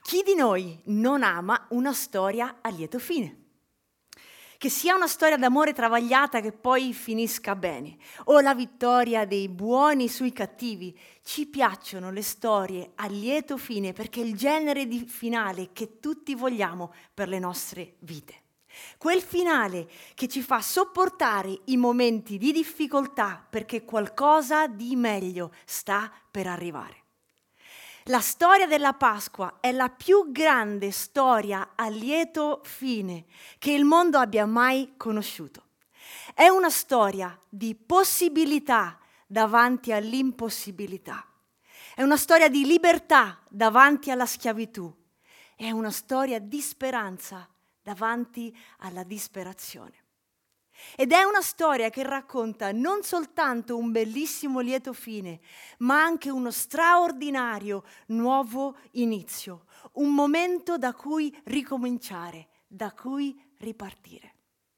Chi di noi non ama una storia a lieto fine? Che sia una storia d'amore travagliata che poi finisca bene, o la vittoria dei buoni sui cattivi, ci piacciono le storie a lieto fine perché è il genere di finale che tutti vogliamo per le nostre vite. Quel finale che ci fa sopportare i momenti di difficoltà perché qualcosa di meglio sta per arrivare. La storia della Pasqua è la più grande storia a lieto fine che il mondo abbia mai conosciuto. È una storia di possibilità davanti all'impossibilità. È una storia di libertà davanti alla schiavitù. È una storia di speranza davanti alla disperazione. Ed è una storia che racconta non soltanto un bellissimo lieto fine, ma anche uno straordinario nuovo inizio, un momento da cui ricominciare, da cui ripartire.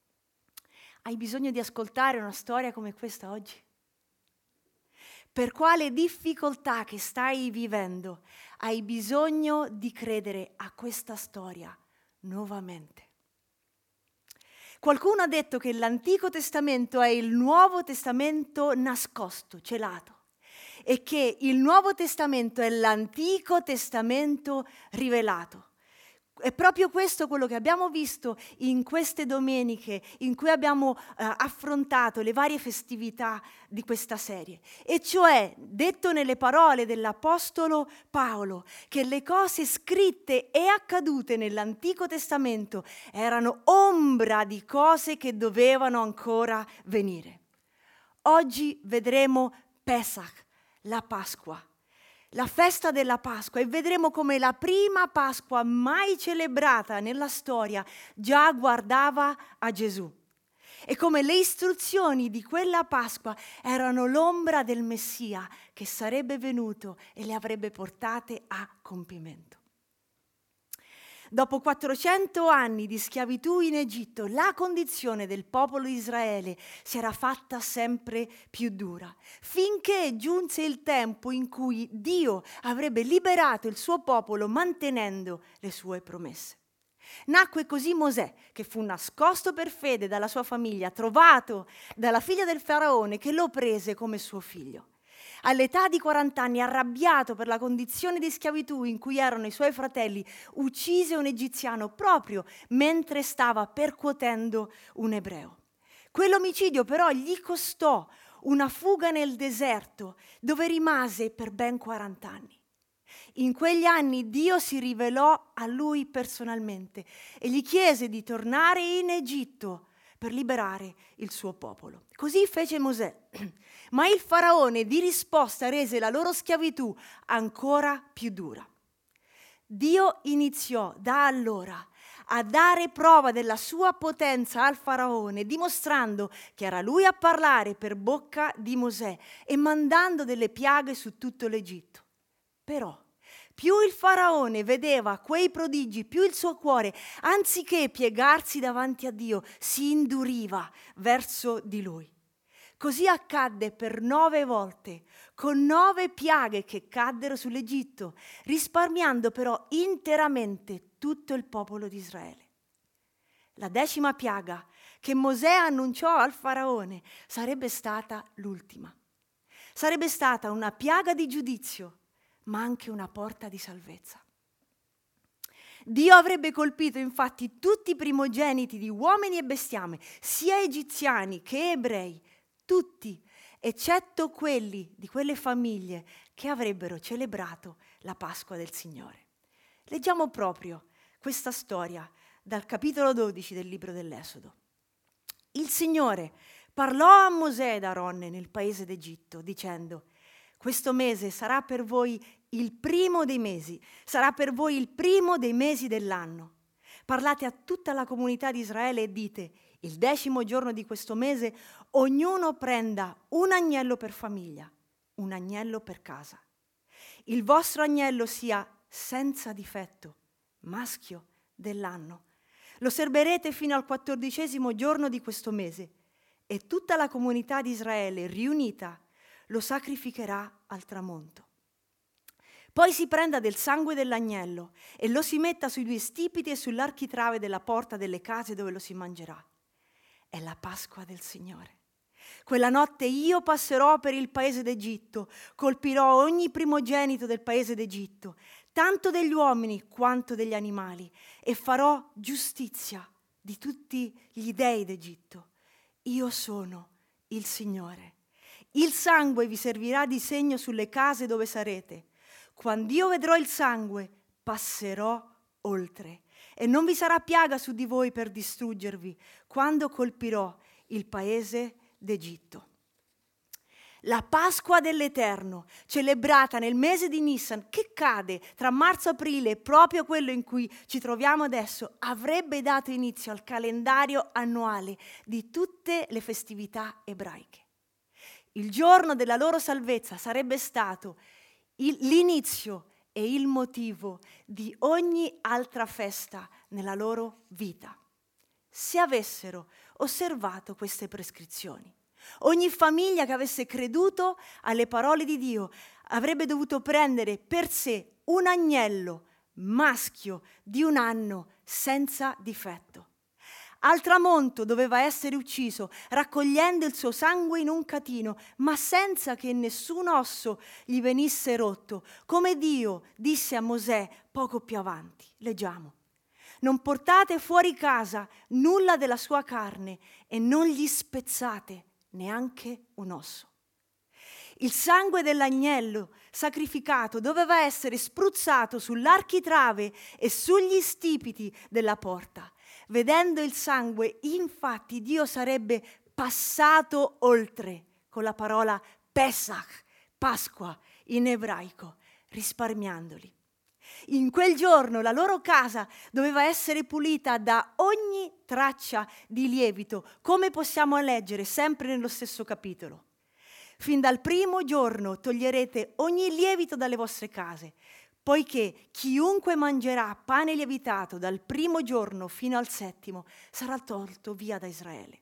Hai bisogno di ascoltare una storia come questa oggi? Per quale difficoltà che stai vivendo, hai bisogno di credere a questa storia nuovamente. Qualcuno ha detto che l'Antico Testamento è il Nuovo Testamento nascosto, celato, e che il Nuovo Testamento è l'Antico Testamento rivelato. È proprio questo quello che abbiamo visto in queste domeniche in cui abbiamo affrontato le varie festività di questa serie. E cioè, detto nelle parole dell'Apostolo Paolo, che le cose scritte e accadute nell'Antico Testamento erano ombra di cose che dovevano ancora venire. Oggi vedremo Pesach, la Pasqua. La festa della Pasqua, e vedremo come la prima Pasqua mai celebrata nella storia già guardava a Gesù e come le istruzioni di quella Pasqua erano l'ombra del Messia che sarebbe venuto e le avrebbe portate a compimento. Dopo 400 anni di schiavitù in Egitto, la condizione del popolo di Israele si era fatta sempre più dura, finché giunse il tempo in cui Dio avrebbe liberato il suo popolo mantenendo le sue promesse. Nacque così Mosè, che fu nascosto per fede dalla sua famiglia, trovato dalla figlia del faraone che lo prese come suo figlio. All'età di 40 anni, arrabbiato per la condizione di schiavitù in cui erano i suoi fratelli, uccise un egiziano proprio mentre stava percuotendo un ebreo. Quell'omicidio però gli costò una fuga nel deserto, dove rimase per ben 40 anni. In quegli anni Dio si rivelò a lui personalmente e gli chiese di tornare in Egitto per liberare il suo popolo. Così fece Mosè, ma il faraone di risposta rese la loro schiavitù ancora più dura. Dio iniziò da allora a dare prova della sua potenza al faraone, dimostrando che era lui a parlare per bocca di Mosè e mandando delle piaghe su tutto l'Egitto. Però più il faraone vedeva quei prodigi, più il suo cuore, anziché piegarsi davanti a Dio, si induriva verso di lui. Così accadde per 9 volte, con 9 piaghe che caddero sull'Egitto, risparmiando però interamente tutto il popolo di Israele. La 10ª piaga che Mosè annunciò al faraone sarebbe stata l'ultima. Sarebbe stata una piaga di giudizio, ma anche una porta di salvezza. Dio avrebbe colpito infatti tutti i primogeniti di uomini e bestiame, sia egiziani che ebrei, tutti, eccetto quelli di quelle famiglie che avrebbero celebrato la Pasqua del Signore. Leggiamo proprio questa storia dal capitolo 12 del libro dell'Esodo. Il Signore parlò a Mosè ed Aronne nel paese d'Egitto, dicendo: questo mese sarà per voi il primo dei mesi, sarà per voi il primo dei mesi dell'anno. Parlate a tutta la comunità di Israele e dite: il 10° giorno di questo mese ognuno prenda un agnello per famiglia, un agnello per casa. Il vostro agnello sia senza difetto, maschio dell'anno. Lo serberete fino al 14° giorno di questo mese e tutta la comunità di Israele riunita lo sacrificherà al tramonto. Poi si prenda del sangue dell'agnello e lo si metta sui due stipiti e sull'architrave della porta delle case dove lo si mangerà. È la Pasqua del Signore. Quella notte io passerò per il paese d'Egitto, colpirò ogni primogenito del paese d'Egitto, tanto degli uomini quanto degli animali, e farò giustizia di tutti gli dei d'Egitto. Io sono il Signore. Il sangue vi servirà di segno sulle case dove sarete. Quando io vedrò il sangue, passerò oltre, e non vi sarà piaga su di voi per distruggervi, quando colpirò il paese d'Egitto. La Pasqua dell'Eterno, celebrata nel mese di Nissan, che cade tra marzo e aprile, proprio quello in cui ci troviamo adesso, avrebbe dato inizio al calendario annuale di tutte le festività ebraiche. Il giorno della loro salvezza sarebbe stato l'inizio e il motivo di ogni altra festa nella loro vita, se avessero osservato queste prescrizioni. Ogni famiglia che avesse creduto alle parole di Dio avrebbe dovuto prendere per sé un agnello maschio di 1 anno senza difetto. Al tramonto doveva essere ucciso, raccogliendo il suo sangue in un catino, ma senza che nessun osso gli venisse rotto, come Dio disse a Mosè poco più avanti. Leggiamo. Non portate fuori casa nulla della sua carne e non gli spezzate neanche un osso. Il sangue dell'agnello sacrificato doveva essere spruzzato sull'architrave e sugli stipiti della porta. Vedendo il sangue, infatti, Dio sarebbe passato oltre con la parola Pesach, Pasqua in ebraico, risparmiandoli. In quel giorno la loro casa doveva essere pulita da ogni traccia di lievito, come possiamo leggere sempre nello stesso capitolo. Fin dal primo giorno toglierete ogni lievito dalle vostre case, poiché chiunque mangerà pane lievitato dal primo giorno fino al 7° sarà tolto via da Israele.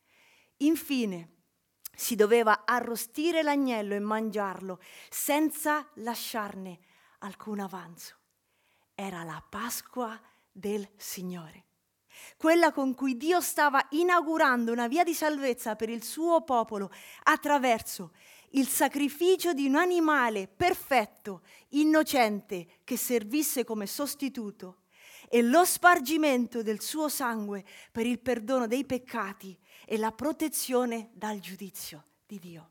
Infine, si doveva arrostire l'agnello e mangiarlo senza lasciarne alcun avanzo. Era la Pasqua del Signore, quella con cui Dio stava inaugurando una via di salvezza per il suo popolo attraverso il sacrificio di un animale perfetto, innocente, che servisse come sostituto, e lo spargimento del suo sangue per il perdono dei peccati e la protezione dal giudizio di Dio.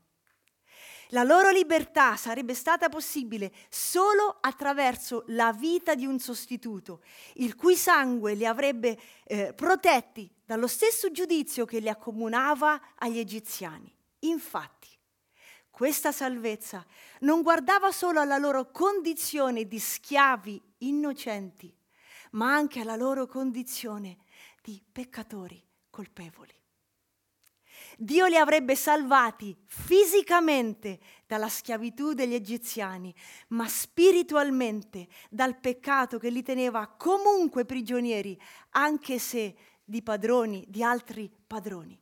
La loro libertà sarebbe stata possibile solo attraverso la vita di un sostituto, il cui sangue li avrebbe protetti dallo stesso giudizio che li accomunava agli egiziani. Infatti, questa salvezza non guardava solo alla loro condizione di schiavi innocenti, ma anche alla loro condizione di peccatori colpevoli. Dio li avrebbe salvati fisicamente dalla schiavitù degli egiziani, ma spiritualmente dal peccato che li teneva comunque prigionieri, anche se di padroni, di altri padroni.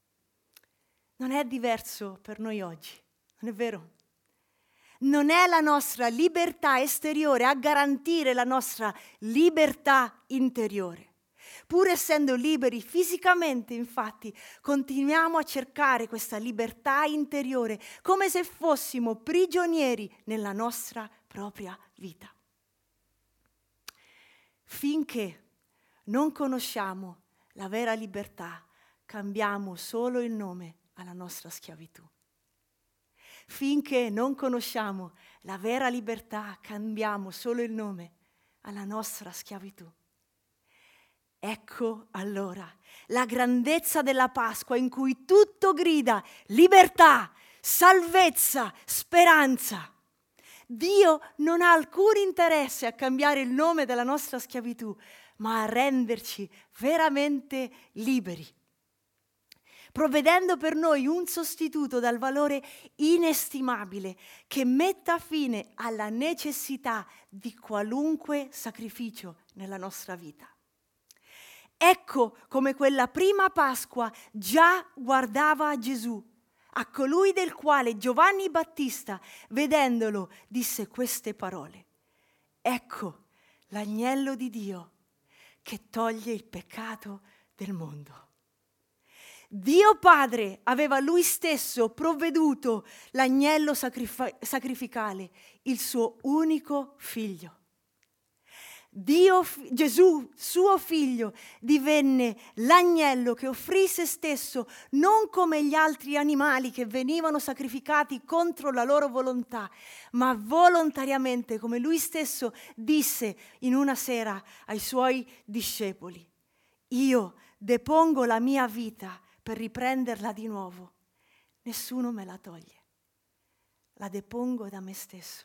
Non è diverso per noi oggi, non è vero? Non è la nostra libertà esteriore a garantire la nostra libertà interiore. Pur essendo liberi fisicamente, infatti, continuiamo a cercare questa libertà interiore come se fossimo prigionieri nella nostra propria vita. Finché non conosciamo la vera libertà, cambiamo solo il nome alla nostra schiavitù. Finché non conosciamo la vera libertà, cambiamo solo il nome alla nostra schiavitù. Ecco allora la grandezza della Pasqua in cui tutto grida libertà, salvezza, speranza. Dio non ha alcun interesse a cambiare il nome della nostra schiavitù, ma a renderci veramente liberi, provvedendo per noi un sostituto dal valore inestimabile che metta fine alla necessità di qualunque sacrificio nella nostra vita. Ecco come quella prima Pasqua già guardava a Gesù, a colui del quale Giovanni Battista, vedendolo, disse queste parole. ecco l'agnello di Dio che toglie il peccato del mondo. Dio Padre aveva Lui stesso provveduto l'agnello sacrificale, il suo unico figlio. Gesù, suo figlio, divenne l'agnello che offrì se stesso non come gli altri animali che venivano sacrificati contro la loro volontà, ma volontariamente, come lui stesso disse in una sera ai suoi discepoli: io depongo la mia vita per riprenderla di nuovo. Nessuno me la toglie. La depongo da me stesso.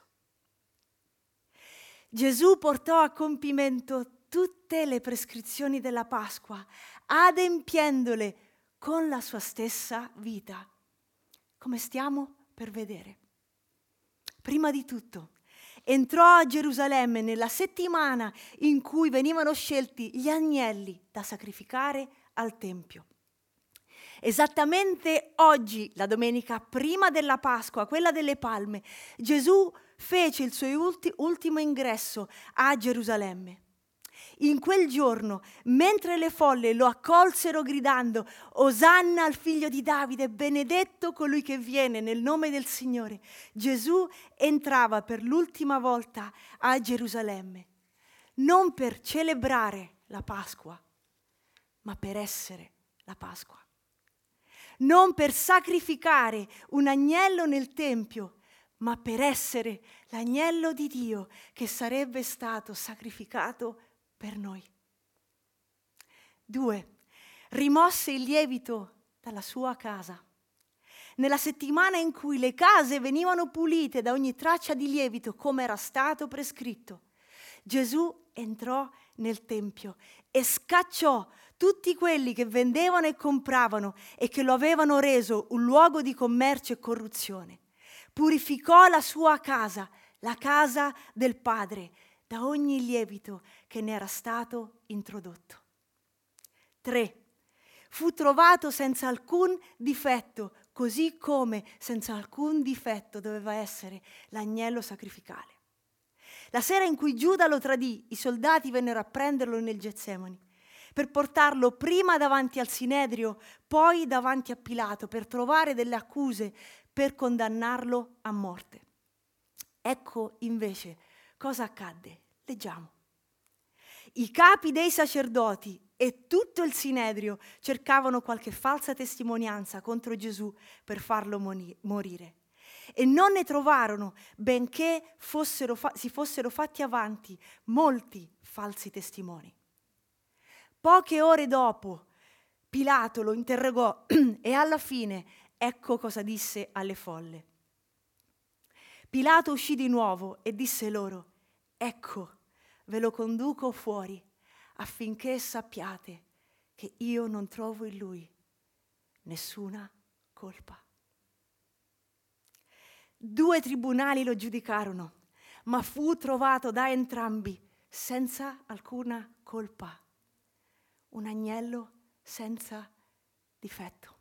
Gesù portò a compimento tutte le prescrizioni della Pasqua, adempiendole con la sua stessa vita, come stiamo per vedere. Prima di tutto, entrò a Gerusalemme nella settimana in cui venivano scelti gli agnelli da sacrificare al Tempio. Esattamente oggi, la domenica prima della Pasqua, quella delle Palme, Gesù fece il suo ultimo ingresso a Gerusalemme. In quel giorno, mentre le folle lo accolsero gridando «Osanna al figlio di Davide, benedetto colui che viene nel nome del Signore», Gesù entrava per l'ultima volta a Gerusalemme, non per celebrare la Pasqua, ma per essere la Pasqua. Non per sacrificare un agnello nel Tempio, ma per essere l'agnello di Dio che sarebbe stato sacrificato per noi. 2. Rimosse il lievito dalla sua casa. Nella settimana in cui le case venivano pulite da ogni traccia di lievito, come era stato prescritto, Gesù entrò nel Tempio e scacciò tutti quelli che vendevano e compravano e che lo avevano reso un luogo di commercio e corruzione. Purificò la sua casa, la casa del Padre, da ogni lievito che ne era stato introdotto. 3. Fu trovato senza alcun difetto, così come senza alcun difetto doveva essere l'agnello sacrificale. La sera in cui Giuda lo tradì, i soldati vennero a prenderlo nel Getsemani per portarlo prima davanti al Sinedrio, poi davanti a Pilato, per trovare delle accuse per condannarlo a morte. Ecco invece cosa accadde. Leggiamo. I capi dei sacerdoti e tutto il Sinedrio cercavano qualche falsa testimonianza contro Gesù per farlo morire. E non ne trovarono, benché si fossero fatti avanti molti falsi testimoni. Poche ore dopo, Pilato lo interrogò e alla fine ecco cosa disse alle folle. Pilato uscì di nuovo e disse loro: ecco, ve lo conduco fuori affinché sappiate che io non trovo in lui nessuna colpa. 2 tribunali lo giudicarono, ma fu trovato da entrambi senza alcuna colpa. Un agnello senza difetto.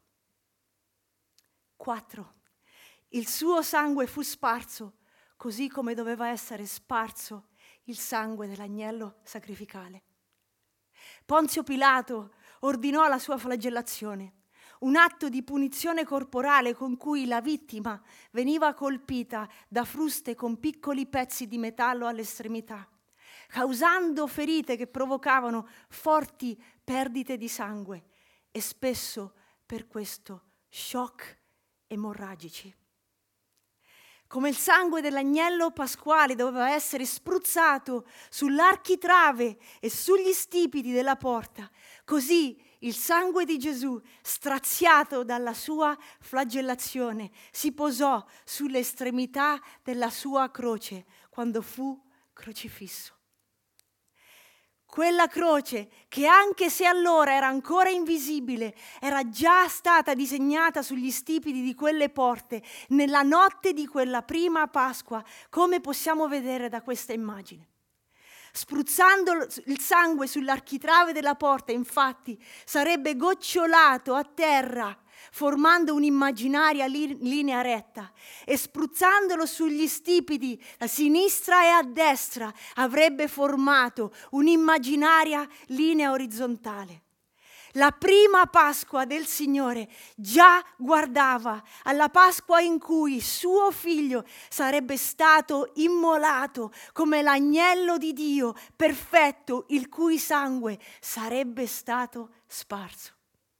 4. Il suo sangue fu sparso, così come doveva essere sparso il sangue dell'agnello sacrificale. Ponzio Pilato ordinò la sua flagellazione, un atto di punizione corporale con cui la vittima veniva colpita da fruste con piccoli pezzi di metallo all'estremità, causando ferite che provocavano forti perdite di sangue e spesso per questo shock emorragici. Come il sangue dell'agnello pasquale doveva essere spruzzato sull'architrave e sugli stipiti della porta, così il sangue di Gesù, straziato dalla sua flagellazione, si posò sulle estremità della sua croce quando fu crocifisso. Quella croce, che anche se allora era ancora invisibile, era già stata disegnata sugli stipiti di quelle porte nella notte di quella prima Pasqua, come possiamo vedere da questa immagine. Spruzzando il sangue sull'architrave della porta, infatti, sarebbe gocciolato a terra formando un'immaginaria linea retta e spruzzandolo sugli stipiti a sinistra e a destra avrebbe formato un'immaginaria linea orizzontale. La prima Pasqua del Signore già guardava alla Pasqua in cui suo figlio sarebbe stato immolato come l'agnello di Dio perfetto, il cui sangue sarebbe stato sparso.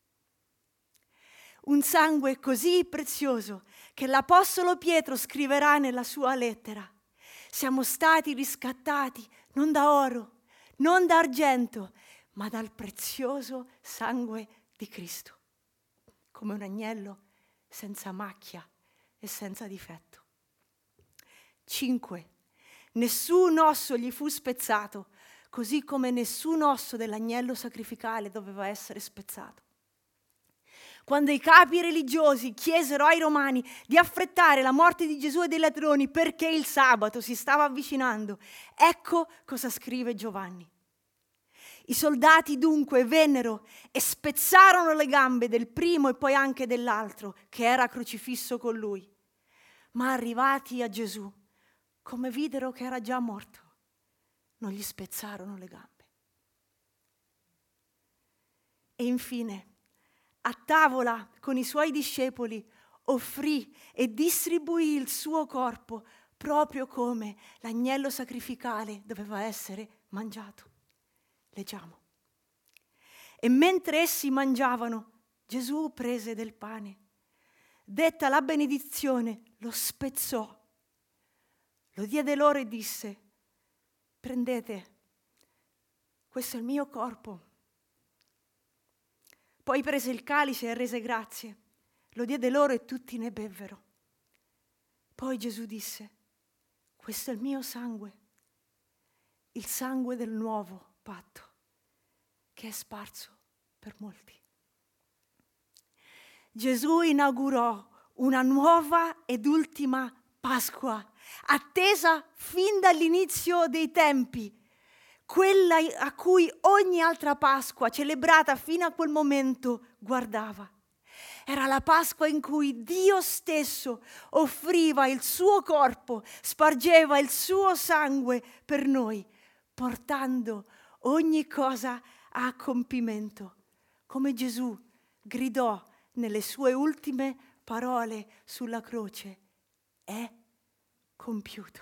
Un sangue così prezioso che l'Apostolo Pietro scriverà nella sua lettera: siamo stati riscattati non da oro, non da argento, ma dal prezioso sangue di Cristo, come un agnello senza macchia e senza difetto. 5. Nessun osso gli fu spezzato, così come nessun osso dell'agnello sacrificale doveva essere spezzato. Quando i capi religiosi chiesero ai romani di affrettare la morte di Gesù e dei ladroni perché il sabato si stava avvicinando, ecco cosa scrive Giovanni. I soldati dunque vennero e spezzarono le gambe del primo e poi anche dell'altro che era crocifisso con lui. Ma arrivati a Gesù, come videro che era già morto, non gli spezzarono le gambe. E infine, a tavola con i suoi discepoli, offrì e distribuì il suo corpo proprio come l'agnello sacrificale doveva essere mangiato. Leggiamo. E mentre essi mangiavano, Gesù prese del pane, detta la benedizione, lo spezzò, lo diede loro e disse: prendete, questo è il mio corpo. Poi prese il calice e rese grazie, lo diede loro e tutti ne bevvero. Poi Gesù disse: questo è il mio sangue, il sangue del nuovo patto, che è sparso per molti. Gesù inaugurò una nuova ed ultima Pasqua, attesa fin dall'inizio dei tempi, quella a cui ogni altra Pasqua celebrata fino a quel momento guardava. Era la Pasqua in cui Dio stesso offriva il suo corpo, spargeva il suo sangue per noi, portando ogni cosa a compimento, come Gesù gridò nelle sue ultime parole sulla croce: è compiuto.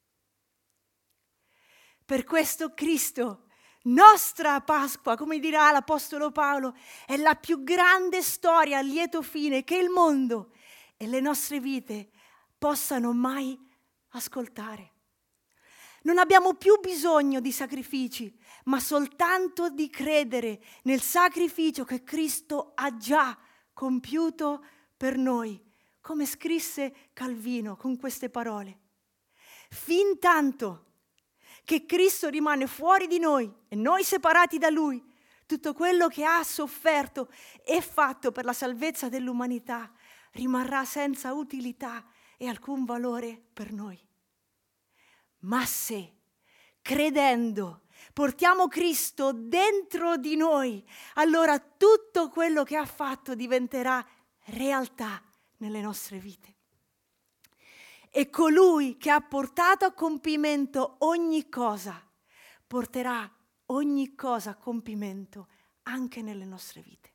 Per questo Cristo, nostra Pasqua, come dirà l'Apostolo Paolo, è la più grande storia a lieto fine che il mondo e le nostre vite possano mai ascoltare. Non abbiamo più bisogno di sacrifici, ma soltanto di credere nel sacrificio che Cristo ha già compiuto per noi, come scrisse Calvino con queste parole. Fin tanto che Cristo rimane fuori di noi e noi separati da Lui, tutto quello che ha sofferto e fatto per la salvezza dell'umanità rimarrà senza utilità e alcun valore per noi. Ma se, credendo, portiamo Cristo dentro di noi, allora tutto quello che ha fatto diventerà realtà nelle nostre vite. E colui che ha portato a compimento ogni cosa, porterà ogni cosa a compimento anche nelle nostre vite.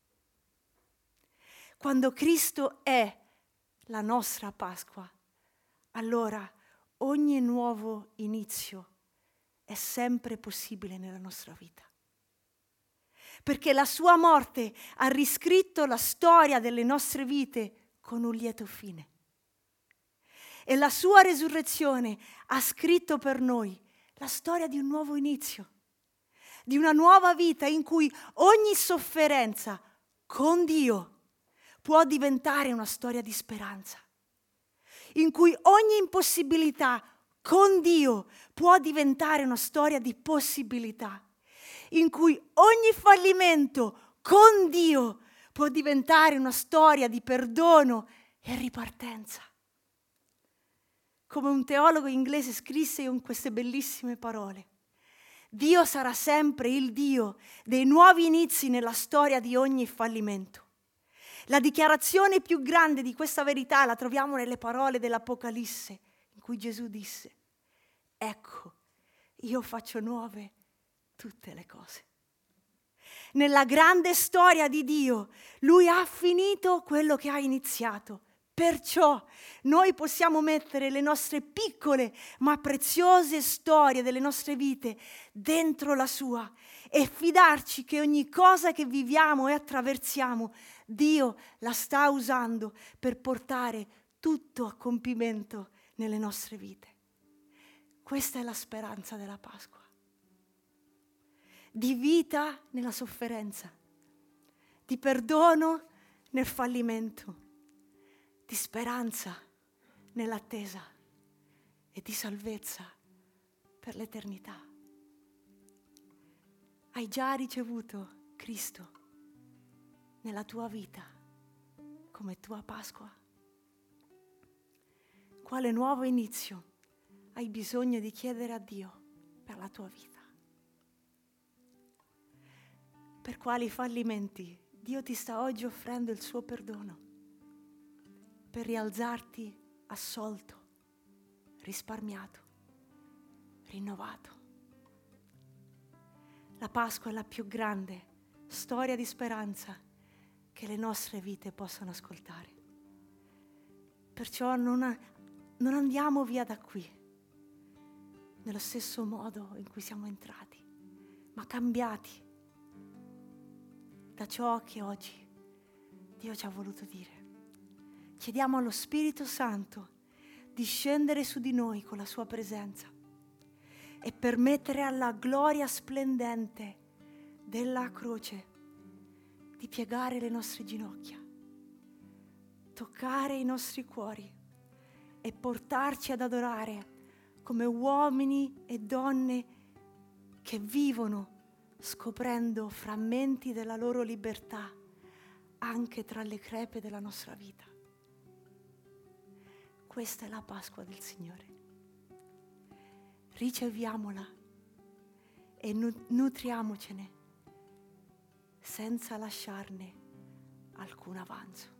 Quando Cristo è la nostra Pasqua, allora ogni nuovo inizio è sempre possibile nella nostra vita. Perché la sua morte ha riscritto la storia delle nostre vite con un lieto fine. E la sua resurrezione ha scritto per noi la storia di un nuovo inizio, di una nuova vita in cui ogni sofferenza con Dio può diventare una storia di speranza, in cui ogni impossibilità con Dio può diventare una storia di possibilità, in cui ogni fallimento con Dio può diventare una storia di perdono e ripartenza. Come un teologo inglese scrisse in queste bellissime parole: Dio sarà sempre il Dio dei nuovi inizi nella storia di ogni fallimento. La dichiarazione più grande di questa verità la troviamo nelle parole dell'Apocalisse, in cui Gesù disse: ecco, io faccio nuove tutte le cose. Nella grande storia di Dio, Lui ha finito quello che ha iniziato. Perciò noi possiamo mettere le nostre piccole ma preziose storie delle nostre vite dentro la sua e fidarci che ogni cosa che viviamo e attraversiamo, Dio la sta usando per portare tutto a compimento nelle nostre vite. Questa è la speranza della Pasqua. Di vita nella sofferenza, di perdono nel fallimento, di speranza nell'attesa e di salvezza per l'eternità. Hai già ricevuto Cristo nella tua vita come tua Pasqua? Quale nuovo inizio hai bisogno di chiedere a Dio per la tua vita? Per quali fallimenti Dio ti sta oggi offrendo il suo perdono? Per rialzarti assolto, risparmiato, rinnovato. La Pasqua è la più grande storia di speranza che le nostre vite possano ascoltare. Perciò non andiamo via da qui nello stesso modo in cui siamo entrati, ma cambiati da ciò che oggi Dio ci ha voluto dire. Chiediamo allo Spirito Santo di scendere su di noi con la sua presenza e permettere alla gloria splendente della croce di piegare le nostre ginocchia, toccare i nostri cuori e portarci ad adorare come uomini e donne che vivono scoprendo frammenti della loro libertà anche tra le crepe della nostra vita. Questa è la Pasqua del Signore. Riceviamola e nutriamocene senza lasciarne alcun avanzo.